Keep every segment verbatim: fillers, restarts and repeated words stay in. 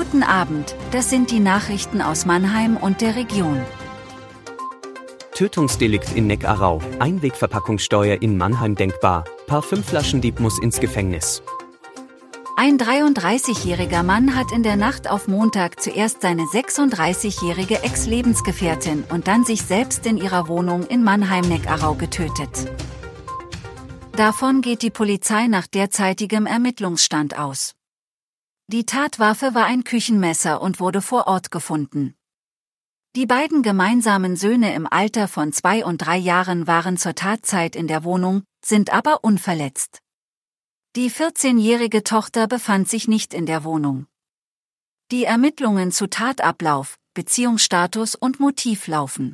Guten Abend, das sind die Nachrichten aus Mannheim und der Region. Tötungsdelikt in Neckarau, Einwegverpackungssteuer in Mannheim denkbar, Parfümflaschendieb muss ins Gefängnis. Ein dreiunddreißigjähriger Mann hat in der Nacht auf Montag zuerst seine sechsunddreißigjährige Ex-Lebensgefährtin und dann sich selbst in ihrer Wohnung in Mannheim-Neckarau getötet. Davon geht die Polizei nach derzeitigem Ermittlungsstand aus. Die Tatwaffe war ein Küchenmesser und wurde vor Ort gefunden. Die beiden gemeinsamen Söhne im Alter von zwei und drei Jahren waren zur Tatzeit in der Wohnung, sind aber unverletzt. Die vierzehnjährige Tochter befand sich nicht in der Wohnung. Die Ermittlungen zu Tatablauf, Beziehungsstatus und Motiv laufen.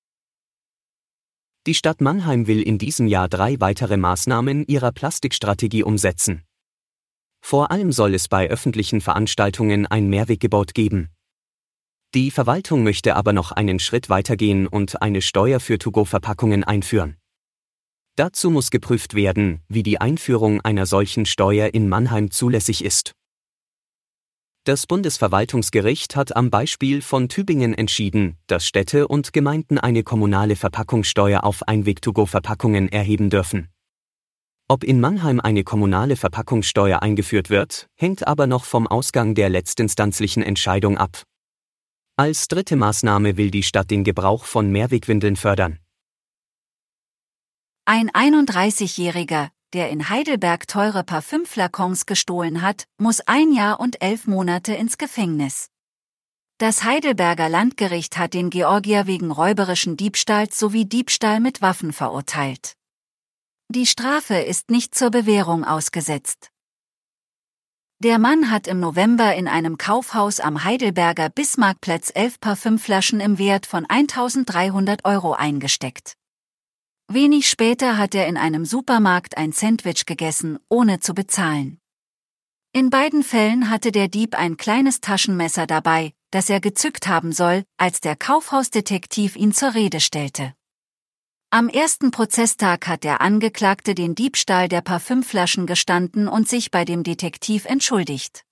Die Stadt Mannheim will in diesem Jahr drei weitere Maßnahmen ihrer Plastikstrategie umsetzen. Vor allem soll es bei öffentlichen Veranstaltungen ein Mehrweggebot geben. Die Verwaltung möchte aber noch einen Schritt weitergehen und eine Steuer für To-Go-Verpackungen einführen. Dazu muss geprüft werden, wie die Einführung einer solchen Steuer in Mannheim zulässig ist. Das Bundesverwaltungsgericht hat am Beispiel von Tübingen entschieden, dass Städte und Gemeinden eine kommunale Verpackungssteuer auf Einweg-To-Go-Verpackungen erheben dürfen. Ob in Mannheim eine kommunale Verpackungssteuer eingeführt wird, hängt aber noch vom Ausgang der letztinstanzlichen Entscheidung ab. Als dritte Maßnahme will die Stadt den Gebrauch von Mehrwegwindeln fördern. Ein einunddreißigjähriger, der in Heidelberg teure Parfümflakons gestohlen hat, muss ein Jahr und elf Monate ins Gefängnis. Das Heidelberger Landgericht hat den Georgier wegen räuberischen Diebstahls sowie Diebstahl mit Waffen verurteilt. Die Strafe ist nicht zur Bewährung ausgesetzt. Der Mann hat im November in einem Kaufhaus am Heidelberger Bismarckplatz elf Parfümflaschen im Wert von eintausenddreihundert Euro eingesteckt. Wenig später hat er in einem Supermarkt ein Sandwich gegessen, ohne zu bezahlen. In beiden Fällen hatte der Dieb ein kleines Taschenmesser dabei, das er gezückt haben soll, als der Kaufhausdetektiv ihn zur Rede stellte. Am ersten Prozesstag hat der Angeklagte den Diebstahl der Parfümflaschen gestanden und sich bei dem Detektiv entschuldigt.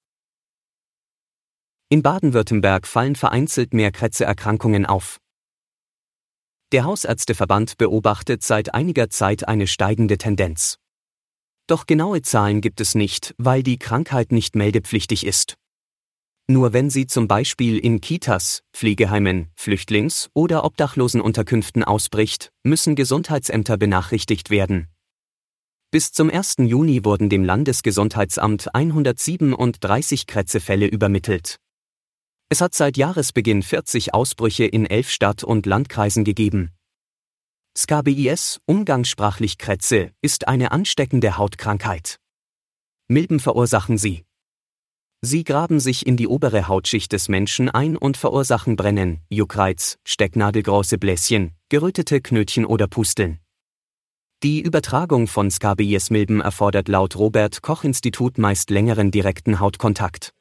In Baden-Württemberg fallen vereinzelt mehr Krebserkrankungen auf. Der Hausärzteverband beobachtet seit einiger Zeit eine steigende Tendenz. Doch genaue Zahlen gibt es nicht, weil die Krankheit nicht meldepflichtig ist. Nur wenn sie zum Beispiel in Kitas, Pflegeheimen, Flüchtlings- oder Obdachlosenunterkünften ausbricht, müssen Gesundheitsämter benachrichtigt werden. Bis zum ersten Juni wurden dem Landesgesundheitsamt hundertsiebenunddreißig Krebsfälle übermittelt. Es hat seit Jahresbeginn vierzig Ausbrüche in elf Stadt- und Landkreisen gegeben. Scabies, umgangssprachlich Krätze, ist eine ansteckende Hautkrankheit. Milben verursachen sie. Sie graben sich in die obere Hautschicht des Menschen ein und verursachen Brennen, Juckreiz, stecknadelgroße Bläschen, gerötete Knötchen oder Pusteln. Die Übertragung von Scabies-Milben erfordert laut Robert-Koch-Institut meist längeren direkten Hautkontakt.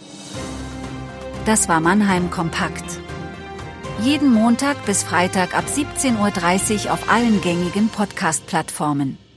Das war Mannheim Kompakt. Jeden Montag bis Freitag ab siebzehn Uhr dreißig auf allen gängigen Podcast-Plattformen.